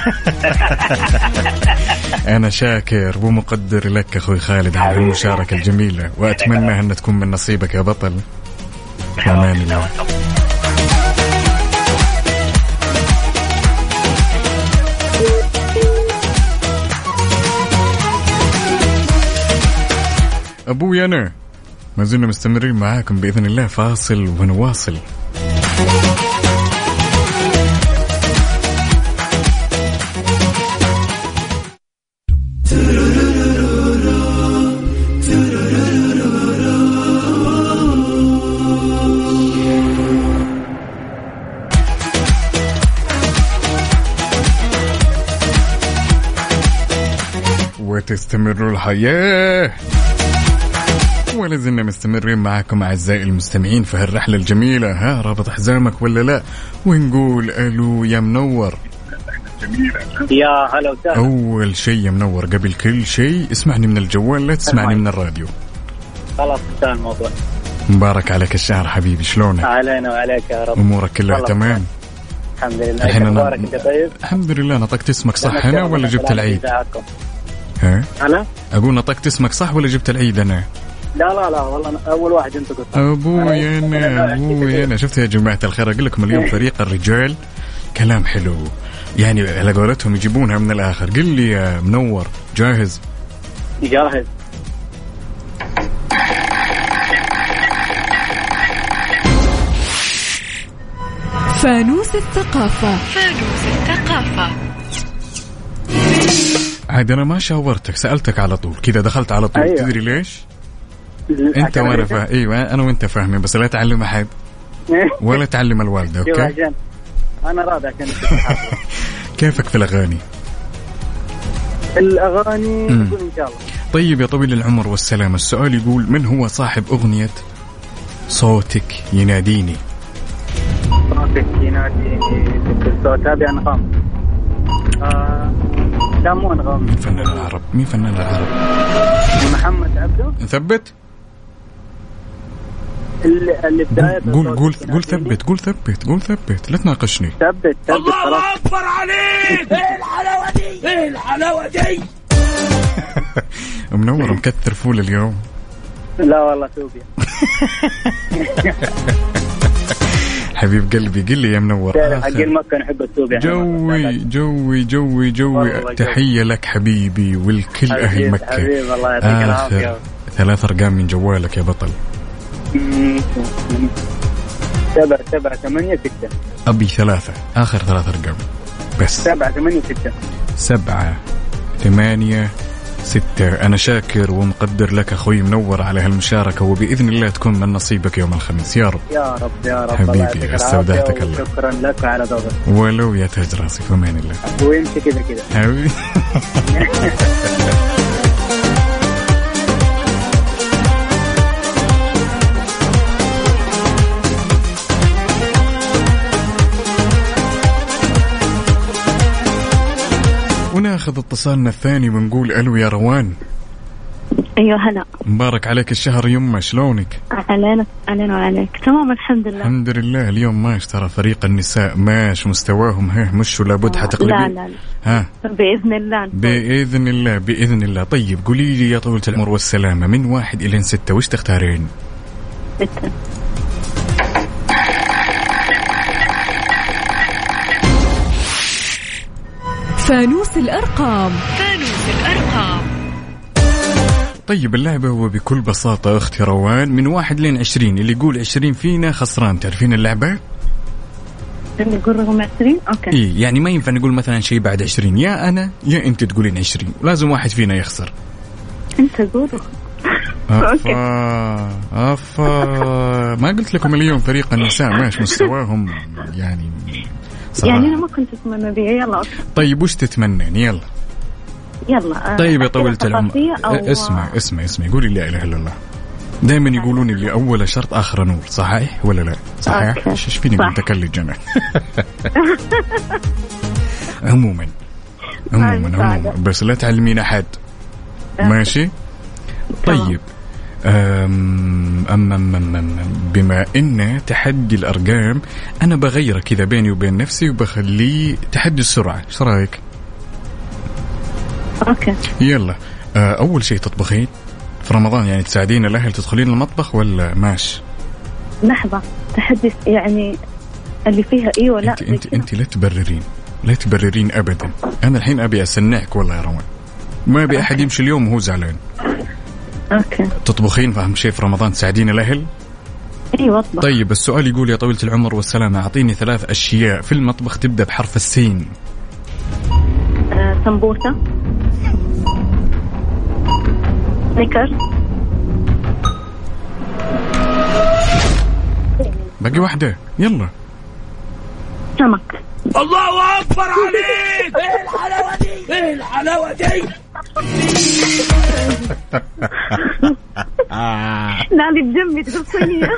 أنا شاكر ومقدر لك أخوي خالد على المشاركة الجميلة، وأتمنى أن تكون من نصيبك يا بطل. أمان الله. أبوي أنا ما زلنا مستمرين معاكم بإذن الله، فاصل ونواصل. وتستمر الحياة، ولازلنا مستمرين معكم أعزائي المستمعين في هالرحلة الجميلة. ها رابط حزامك ولا لا؟ ونقول ألو يا منور. يا هلا وسهلا. أول شيء يا منور قبل كل شيء اسمعني من الجوال لا تسمعني من الراديو. خلاص انتهى الموضوع. مبارك عليك الشهر حبيبي، شلونك؟ علينا وعليك يا رب. أمورك كلها تمام؟ الحمد لله. الحين أنا انت طيب؟ الحمد لله. نطقت اسمك صح أنا ولا جبت العيد؟ ها؟ أنا؟ أقول نطقت اسمك صح ولا جبت العيد أنا؟ لا لا لا والله أنا أول واحد أنت قلت. أبوي أنا أبوي أنا شفت يا جماعة الخير، أقول لكم اليوم فريق الرجال كلام حلو، يعني على قولتهم يجيبونها من الآخر. قل لي يا منور، جاهز؟ جاهز. فانوس الثقافة. فانوس الثقافة. عاد أنا ما شاورتك، سألتك على طول كذا، دخلت على طول. أيوة. تدري ليش؟ أنت وأنا فاهم. أيوة أنا وأنت فاهمين، بس لا تعلم أحد ولا تعلم الوالدة. أوكي أنا راضي. كيفك في الأغاني؟ الأغاني أقول إن شاء الله. طيب يا طويل العمر والسلام، السؤال يقول من هو صاحب أغنية صوتك يناديني؟ صوتك يناديني. الصوت هذا أنغام. آه لا مو أنغام. مين فنان العرب؟ مين فنان العرب؟ محمد عبده. نثبت؟ اللي بداية قول قول قول ثبت قول ثبت قول ثبت لا تناقشني. ثبت ثبت. الله أكبر عليك. ايه الحلاوة دي؟ ايه الحلاوة دي؟ منور مكثر فول اليوم. لا والله سوبيا. حبيب قلبي قل لي يا منور. حقين مكة نحب السوبيا. جوي جوي جوي جوي. تحية لك حبيبي والكل أهل مكة. حبيب الله يعطيك العافية. ثلاث أرقام من جوالك يا بطل. سبعة سبعة ثمانية ستة. أبي ثلاثة، آخر ثلاث أرقام بس. سبعة ثمانية ستة. سبعة ثمانية ستة. أنا شاكر ومقدر لك أخوي منور على هالمشاركة، وبإذن الله تكون من نصيبك يوم الخميس يا رب. يا رب يا رب. حبيبي استودعتك الله. شكرا لك على ذوقك. ولو يا تاج راسي في أمان الله. ويمشي كذا كذا حبيبي. وناخذ اتصالنا الثاني ونقول ألو يا روان. أيوة هلا. مبارك عليك الشهر يمه، شلونك؟ علينا علينا وعليك. تمام الحمد لله. الحمد لله. اليوم ماش ترى فريق النساء ماش مستواهم ها مش لابد حتقلبي. لا لا لا. ها بإذن الله. بإذن الله بإذن الله. طيب قولي لي يا طويلة العمر والسلامة، من واحد إلى ستة وش تختارين؟ ستة. فانوس الأرقام. فانوس الأرقام. طيب اللعبة هو بكل بساطة أختي روان من واحد لين عشرين، اللي يقول عشرين فينا خسران. تعرفين اللعبة؟ نقول رقم عشرين. أوكي. إيه يعني ما ينفع نقول مثلا شيء بعد عشرين، يا أنا يا أنت تقولين عشرين، لازم واحد فينا يخسر. أنت قوله. أفا أفا ما قلت لكم اليوم فريق النساء ماش مستواهم يعني صراحة. يعني أنا ما كنت أتمنى بيها. يلا طيب وش تتمنين؟ يلا يلا. طيب يا طويلة العمر اسمع اسمع اسمع قولي لا إله إلا الله. دائما يقولون اللي أول شرط آخر نور، صحيح ولا لا؟ صحيح. إيش فيني متكلج أنا. عموما عموما عموما بس لا تعلمين أحد ماشي. طيب أم أم أم أم بما إنه تحدي الأرقام أنا بغيره كذا بيني وبين نفسي وبخليه تحدي السرعة. إيش رأيك؟ أوكي. يلا. أول شيء تطبخين في رمضان، يعني تساعدين الأهل تدخلين المطبخ ولا ماش؟ لحظة تحدي يعني اللي فيها إيه ولا؟ أنت أنت, انت لا تبررين لا تبررين أبدا. أنا الحين أبي أسنعك والله يا روان، ما أبي أحد يمشي اليوم وهو زعلان. أوكي. تطبخين فهم شيء في رمضان تساعدين الأهل؟ أيوة أطبخ. طيب السؤال يقول يا طويلة العمر والسلامة أعطيني ثلاث أشياء في المطبخ تبدأ بحرف السين. أه، سمبوسة، سنيكرز، باقي واحدة يلا. سمك. الله أكبر عليك. إيه الحلاوة دي؟ إيه الحلاوة دي؟ نادي بجنبي تغصيني.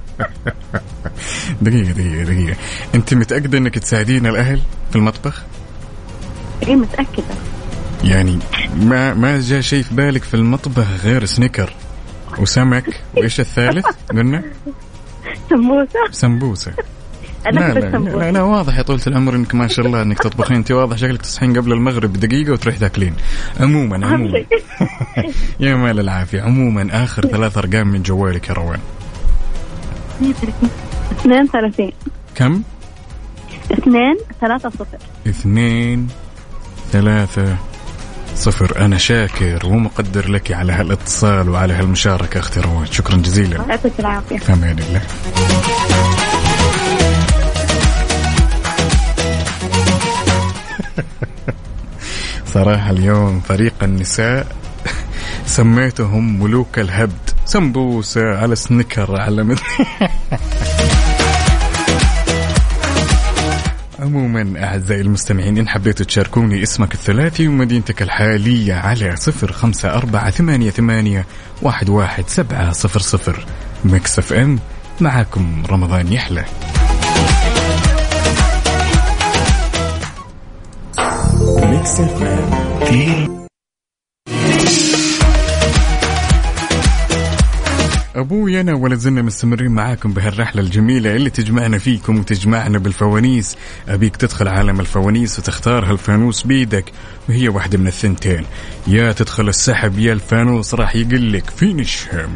دقيقة دقيقة دقيقة، أنت متأكدة أنك تساعدين الأهل في المطبخ؟ إيه متأكدة. يعني ما ما جاء شيء في بالك في المطبخ غير سنيكر وسمك وإيش الثالث قلنا؟ سمبوسة. سمبوسة. لا لا, لا لا واضح يا طولة العمر انك ما شاء الله انك تطبخين. انت واضح شكلك تصحين قبل المغرب بدقيقة وتروح تاكلين. عموما عموما يا مال العافية. عموما آخر ثلاث أرقام من جوالك يا روان. اثنين ثلاثين. كم؟ اثنين ثلاثة صفر. اثنين ثلاثة صفر. أنا شاكر ومقدر لك على هالاتصال وعلى هالمشاركة أختي روان، شكرا جزيلا. يعطيك العافية. في أمان الله. صراحة اليوم فريق النساء سميتهم ملوك الهبد، سمبوسة على سنيكر على مد... عموما أعزائي المستمعين إن حبيتوا تشاركوني اسمك الثلاثي ومدينتك الحالية على صفر خمسة أربعة ثمانية ثمانية واحد واحد سبعة صفر صفر. ميكس اف ام معكم رمضان يحلى. ميكس اف ام. أبوي أنا ولا زلنا مستمرين معاكم بهالرحلة الجميلة اللي تجمعنا فيكم وتجمعنا بالفوانيس. أبيك تدخل عالم الفوانيس وتختار هالفانوس بيدك، وهي واحدة من الثنتين، يا تدخل السحب يا الفانوس راح يقلك فينش هم.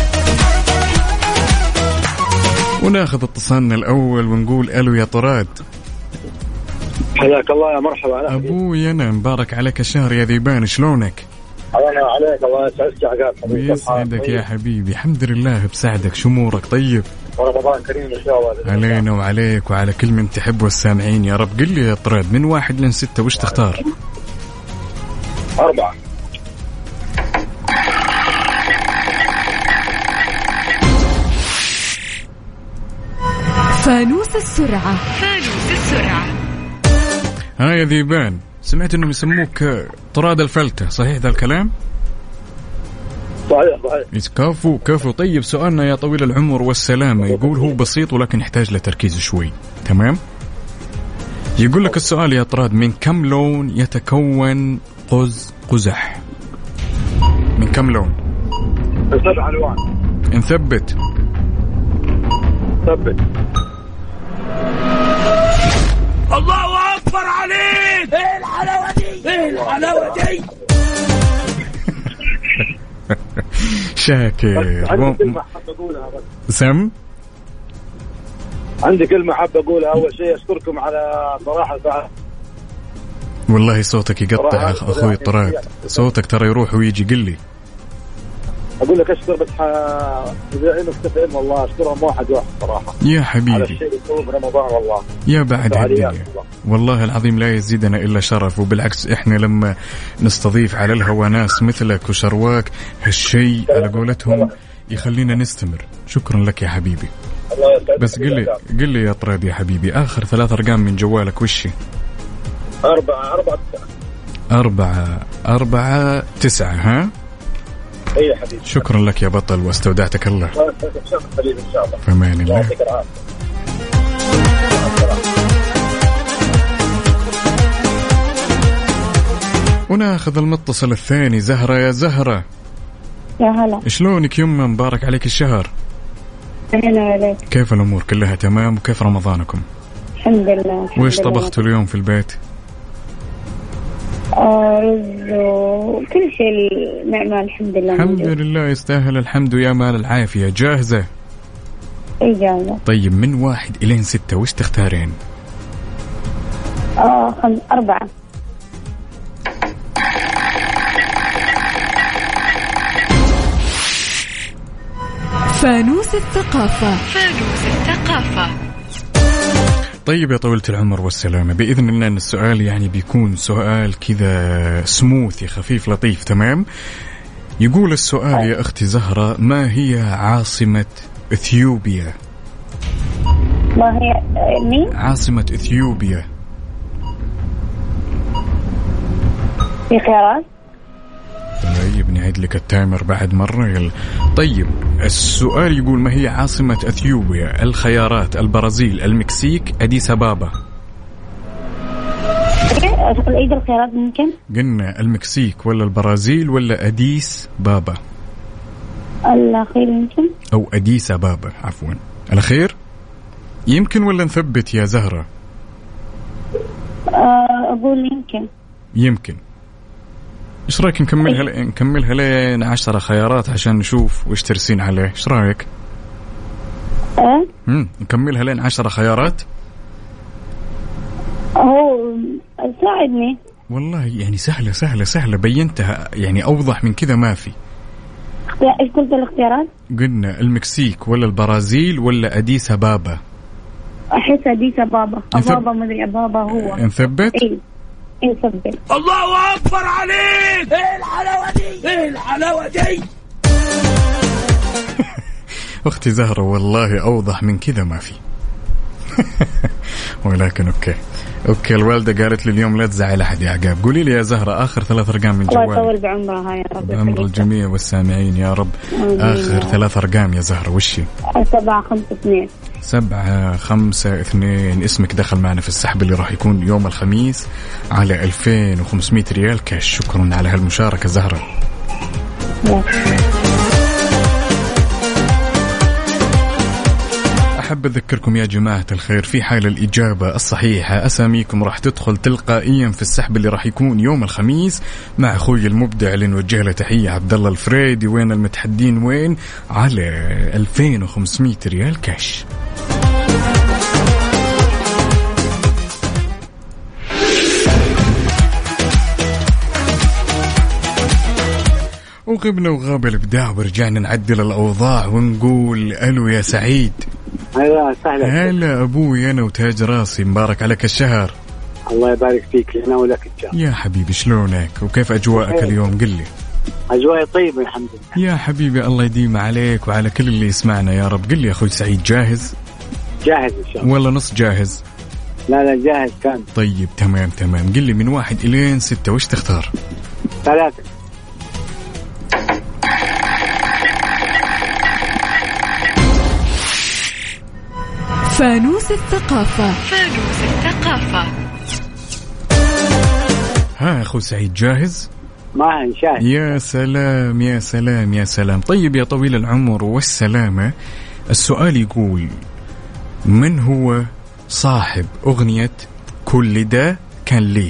وناخذ اتصالنا الأول ونقول ألو يا طراد. حياك الله يا مرحبا. أبوي أنا مبارك عليك الشهر يا ذيبان، شلونك؟ الله عليك. الله يسعدك يا عقاب حبيبي. يسعدك يا حبيبي. الحمد لله بسعدك. شمورك طيب؟ ورمضان كريم إن شاء الله علينا وعليك وعلى كل من تحب والسامعين يا رب. قل لي يا طراد من واحد لين ستة وش تختار؟ أربعة. فانوس السرعة. فانوس السرعة. ها يا ذيبان، سمعت انهم يسموك طراد الفلتة، صحيح ذا الكلام؟ صحيح صحيح. كافو كافو. طيب سؤالنا يا طويل العمر والسلامة يقول هو بسيط ولكن يحتاج لتركيز شوي، تمام؟ يقول لك السؤال يا طراد، من كم لون يتكون قوس قزح؟ من كم لون؟ سبع ألوان. نثبت. ثبت. الله أكبر عليك. إيه الحلاوة دي؟ إيه الحلاوة دي؟ شاكر. عندي كلمة حاب أقولها بس. سم. عندي كلمة حاب أقولها. أول شيء أشكركم على صراحة الفعل. والله صوتك يقطع أخوي طراد، صوتك ترى يروح ويجي. قل لي. أقول لك أشكر بس إذا مستفهم والله أشكرهم واحد واحد صراحة يا حبيبي على الشيء اللي يسووه برمضان والله يا بعد هالدنيا والله العظيم لا يزيدنا إلا شرف. وبالعكس إحنا لما نستضيف على الهوا ناس مثلك وشرواك هالشيء على قولتهم يخلينا نستمر. شكرا لك يا حبيبي. بس قل لي قل لي يا طراد يا حبيبي آخر ثلاث أرقام من جوالك وشي؟ أربعة أربعة تسعة. أربعة أربعة تسعة. ها أي حبيبي. شكرا لك يا بطل واستودعتك الله. حبيبي إن شاء الله. فمان الله. وناخذ المتصل الثاني. زهرة يا زهرة. يا هلا. شلونك يمه؟ مبارك عليك الشهر. أهلا عليك. كيف الأمور كلها تمام؟ وكيف رمضانكم؟ الحمد لله. الحمد وإيش طبختوا اليوم في البيت؟ رز وكل شيء نعمة الحمد لله. الحمد لله يستاهل الحمد يا مال العافية. جاهزة؟ اي جاهزة. طيب من واحد إلين ستة وش تختارين؟ آه خمس أربعة. فانوس الثقافة. فانوس الثقافة. طيب يا طويلة العمر والسلامة، بإذن الله أن السؤال يعني بيكون سؤال كذا سموثي خفيف لطيف. تمام. يقول السؤال يا أختي زهرة: ما هي عاصمة إثيوبيا؟ ما هي مين؟ عاصمة إثيوبيا. في خيارات؟ طيب نعيد لك التايمر بعد مرة. يلا. طيب السؤال يقول: ما هي عاصمة أثيوبيا؟ الخيارات: البرازيل، المكسيك، أديس أبابا. ايش الخيارات ممكن؟ قلنا المكسيك ولا البرازيل ولا أديس بابا. الأخير يمكن، أو أديس أبابا عفوا. الأخير يمكن ولا نثبت يا زهرة؟ أقول يمكن. يمكن. إيش رأيك نكملها ل... نكملها لين عشرة خيارات عشان نشوف وإيش ترسين عليه؟ إيش رأيك؟ أه؟ هم نكملها لين عشرة خيارات. هو ساعدني. والله يعني سهلة سهلة سهلة، بينتها يعني أوضح من كذا ما في. إيش قلت الاختيارات؟ قلنا المكسيك ولا البرازيل ولا أديس أبابا. أحس أديس أبابا. أبابا مدري أبابا هو. نثبت؟ إيه نثبت. الله أكبر عليك. إيه الحلاوة دي؟ إيه الحلاوة دي؟ أختي زهرة والله أوضح من كذا ما في. ولكن أوكي أوكي. الوالدة قالت لي اليوم لا تزعل أحد يا عقاب. قولي لي يا زهرة آخر ثلاث أرقام من جوالك. الله يطول بعمرها يا رب. بعمر الجميع والسامعين يا رب. آخر ثلاث أرقام يا زهرة وشي؟ سبعة خمسة اثنين. سبعة خمسة اثنين. اسمك دخل معنا في السحب اللي راح يكون يوم الخميس على ألفين وخمسمائة ريال كاش. شكرا على هالمشاركة زهرة. أحب أذكركم يا جماعة الخير في حال الإجابة الصحيحة أساميكم راح تدخل تلقائيا في السحب اللي راح يكون يوم الخميس مع أخوي المبدع اللي نوجه له تحية عبد الله الفريدي. وين المتحدين وين؟ على ألفين وخمسمائة ريال كاش. وغبنا وغاب الإبداع ورجعنا نعدل الأوضاع ونقول ألو يا سعيد. أهلا وسهلا. هلا أبوي أنا وتاج راسي. مبارك عليك الشهر. الله يبارك فيك لنا ولك الشهر. يا حبيبي شلونك وكيف أجواءك اليوم؟ قل لي. أجواء طيبة الحمد لله. يا حبيبي الله يديم عليك وعلى كل اللي يسمعنا يا رب. قل لي أخوي سعيد جاهز؟ جاهز إن شاء الله. ولا نص جاهز؟ لا لا جاهز كان. طيب تمام تمام. قل لي من واحد إلين ستة وش تختار؟ ثلاثة. فانوس الثقافة. فانوس الثقافة. ها أخو سعيد جاهز؟ معهن شاهد. يا سلام يا سلام يا سلام. طيب يا طويل العمر والسلامة، السؤال يقول: من هو صاحب أغنية كل ده كان لي؟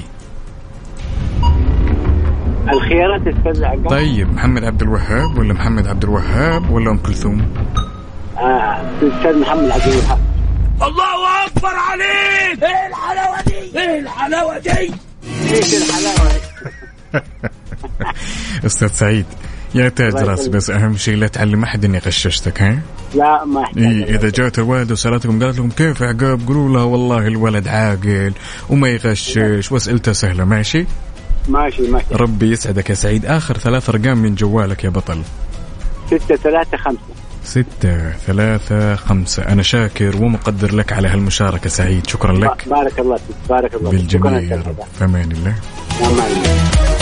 الخيارات استاذ. طيب محمد عبد الوهاب ولا محمد عبد الوهاب ولا أم كلثوم؟ آه استاذ محمد عبد الوهاب. الله أكبر عليك. ايه الحلاوة دي؟ ايه الحلاوة دي؟ ايش الحلاوة دي؟ أستاذ سعيد يا تاج راس، بس أهم شيء لا تعلم أحد إني غششتك. ها؟ لا ما أحتاج. إيه إذا جات الوالدة وسألتكم قالت لكم كيف عقاب، قولوا لها والله الولد عاقل وما يغشش وأسئلته سهلة. ماشي ماشي ماشي. ربي يسعدك يا سعيد. آخر ثلاث أرقام من جوالك يا بطل. ستة ثلاثة خمسة. ستة ثلاثة خمسة. أنا شاكر ومقدر لك على هالمشاركة سعيد، شكرا لك. بارك الله فيك. بارك الله فيك. بالجميع يا رب. فمان الله. أمان الله.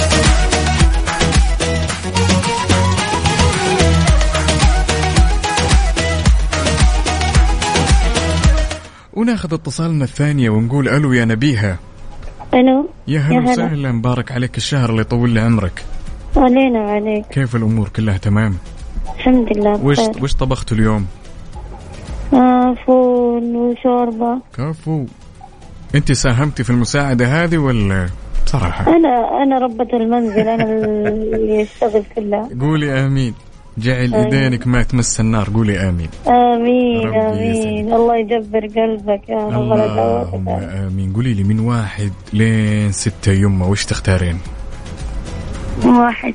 وناخذ اتصالنا الثانية ونقول ألو يا نبيها. ألو يا هلا وسهلا، مبارك عليك الشهر اللي يطول لي عمرك. علينا وعليك. كيف الأمور كلها تمام؟ الحمد لله. وش وش طبختوا اليوم؟ آه فول وشوربة. كفو. أنت ساهمتي في المساعدة هذه ولا بصراحة؟ أنا أنا ربة المنزل، أنا اللي يشتغل كلها. قولي آمين. جعل إيدينك ما تمس النار. قولي آمين. آمين آمين. الله يجبر قلبك يا رب. اللهم آمين. قولي لي من واحد لين ستة يمة وش تختارين؟ واحد.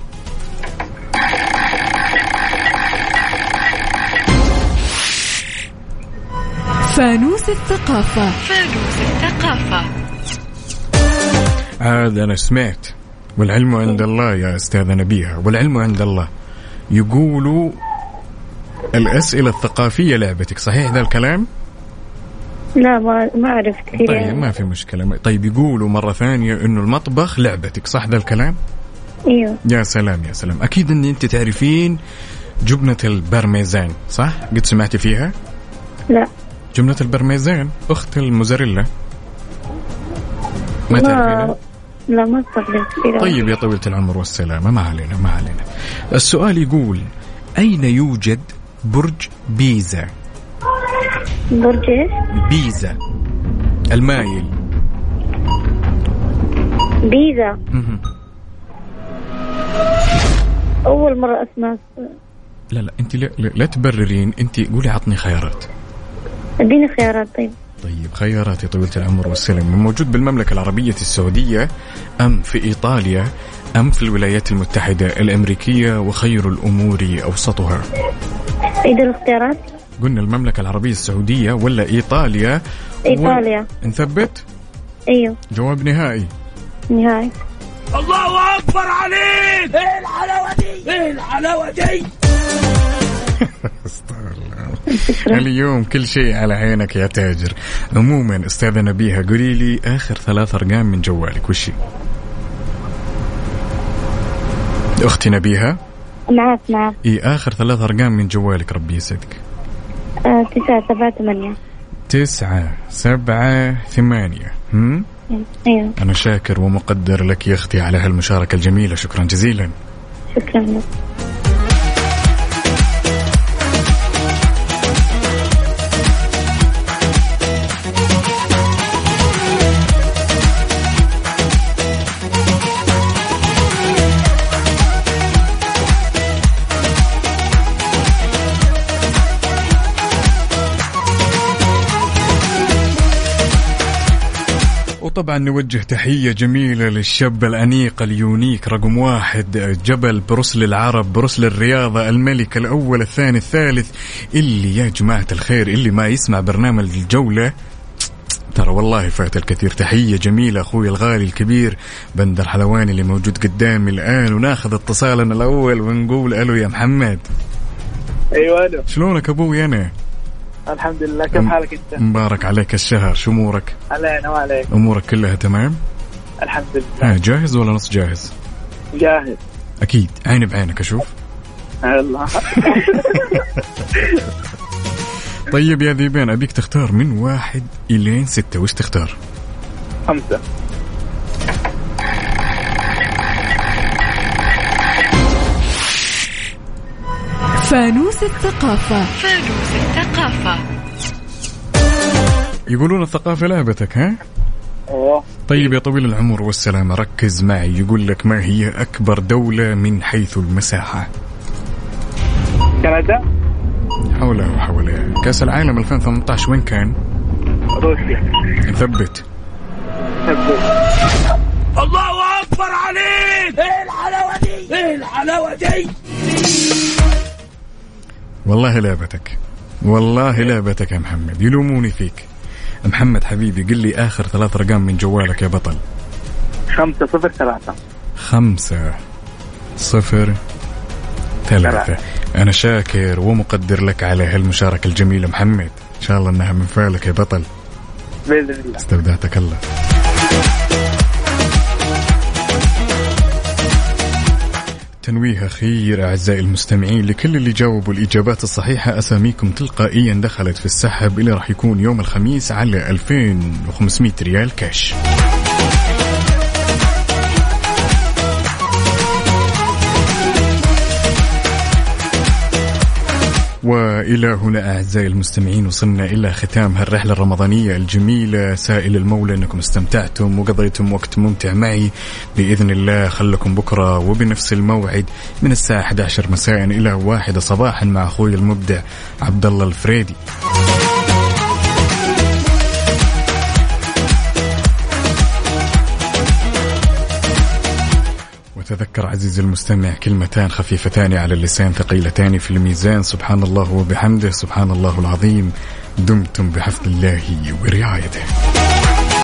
فانوس الثقافة. فانوس الثقافة. عاد أنا سمعت والعلم عند الله يا أستاذة نبيها، والعلم عند الله. يقولوا الأسئلة الثقافية لعبتك، صحيح ذا الكلام؟ لا ما ما أعرف كثير. طيب ما في مشكلة. طيب يقولوا مرة ثانية إنه المطبخ لعبتك، صح ذا الكلام؟ ايوه. يا سلام يا سلام. اكيد ان انت تعرفين جبنة البرميزان، صح؟ قد سمعتي فيها؟ لا. جبنة البرميزان اخت الموزاريلا، ما تعرفينها؟ لا ما استخدمت كثير. طيب يا طويلة العمر والسلامة، ما علينا ما علينا. السؤال يقول: أين يوجد برج بيزا؟ برج ايش؟ بيزا المايل. بيزا. أول مرة أسمع. لا لا أنت لا, لا, لا تبررين، أنت قولي عطني خيارات. اديني خيارات. طيب طيب خيارات يا طويلة العمر والسلامة. موجود بالمملكة العربية السعودية أم في إيطاليا أم في الولايات المتحدة الأمريكية، وخير الأمور أوسطها؟ إيه الاختيارات؟ قلنا المملكة العربية السعودية ولا إيطاليا؟ إيطاليا. و... نثبت؟ أيوه. جواب نهائي. نهائي. الله أكبر عليك. ايه الحلاوة دي؟ ايه الحلاوة دي؟ اليوم كل شيء على عينك يا تاجر. عموما أستاذة نبيها، قولي لي آخر ثلاث أرقام من جوالك وشي؟ أختي نبيها معك معك. إيه آخر ثلاث أرقام من جوالك ربي يسعدك؟ آه تسعة سبعة ثمانية. تسعة سبعة ثمانية. هم؟ أيوه. أنا شاكر ومقدر لك يا أختي على هالمشاركة الجميلة، شكرا جزيلا. شكرا لك. طبعا نوجه تحية جميلة للشاب الأنيق اليونيك رقم واحد، جبل بروسل العرب، بروسل الرياضة، الملك الأول الثاني الثالث، اللي يا جماعة الخير اللي ما يسمع برنامج الجولة ترى والله فات الكثير. تحية جميلة أخوي الغالي الكبير بندر حلواني اللي موجود قدامي الآن. وناخذ اتصالنا الأول ونقول ألو يا محمد. أيوة ألو. شلونك أبوي؟ أنا الحمد لله. كيف حالك أنت؟ مبارك عليك الشهر، شو أمورك؟ علينا وعليك. أمورك كلها تمام؟ الحمد لله. ها جاهز ولا نص جاهز؟ جاهز أكيد. عين بعينك أشوف. الله. طيب يا ذيبان أبيك تختار من واحد إلين ستة، وش تختار؟ خمسة. فانوس الثقافة. فانوس الثقافة. يقولون الثقافة لعبتك ها؟ أوه. طيب يا طويل العمر والسلامة ركز معي. يقول لك ما هي أكبر دولة من حيث المساحة؟ كندا. حولها وحولها. كأس العالم ألفين وثمانية عشر وين كان؟ روسيا. نثبت. ثبت. الله أكبر عليك. إيه الحلاوة دي؟ إيه الحلاوة دي؟ والله لعبتك والله لعبتك يا محمد. يلوموني فيك. محمد حبيبي قل لي آخر ثلاث رقم من جوالك يا بطل. خمسة صفر ثلاثة. خمسة صفر ثلاثة. أنا شاكر ومقدر لك على هالمشاركة الجميلة محمد. إن شاء الله أنها من فعلك يا بطل. بإذن الله. استودعتك الله. تنويه أخير أعزائي المستمعين لكل اللي جاوبوا الإجابات الصحيحة أساميكم تلقائيا دخلت في السحب اللي راح يكون يوم الخميس على ألفين وخمسمائة ريال كاش. وإلى هنا أعزائي المستمعين وصلنا إلى ختام هالرحلة الرمضانية الجميلة. سائل المولى أنكم استمتعتم وقضيتم وقت ممتع معي. بإذن الله خلكم بكرة وبنفس الموعد من الساعة إحدى عشرة مساء إلى واحدة صباحا مع أخوي المبدع عبد الله الفريدي. تذكر عزيزي المستمع كلمتان خفيفتان على اللسان ثقيلتان في الميزان. سبحان الله وبحمده سبحان الله العظيم. دمتم بحفظ الله ورعايته.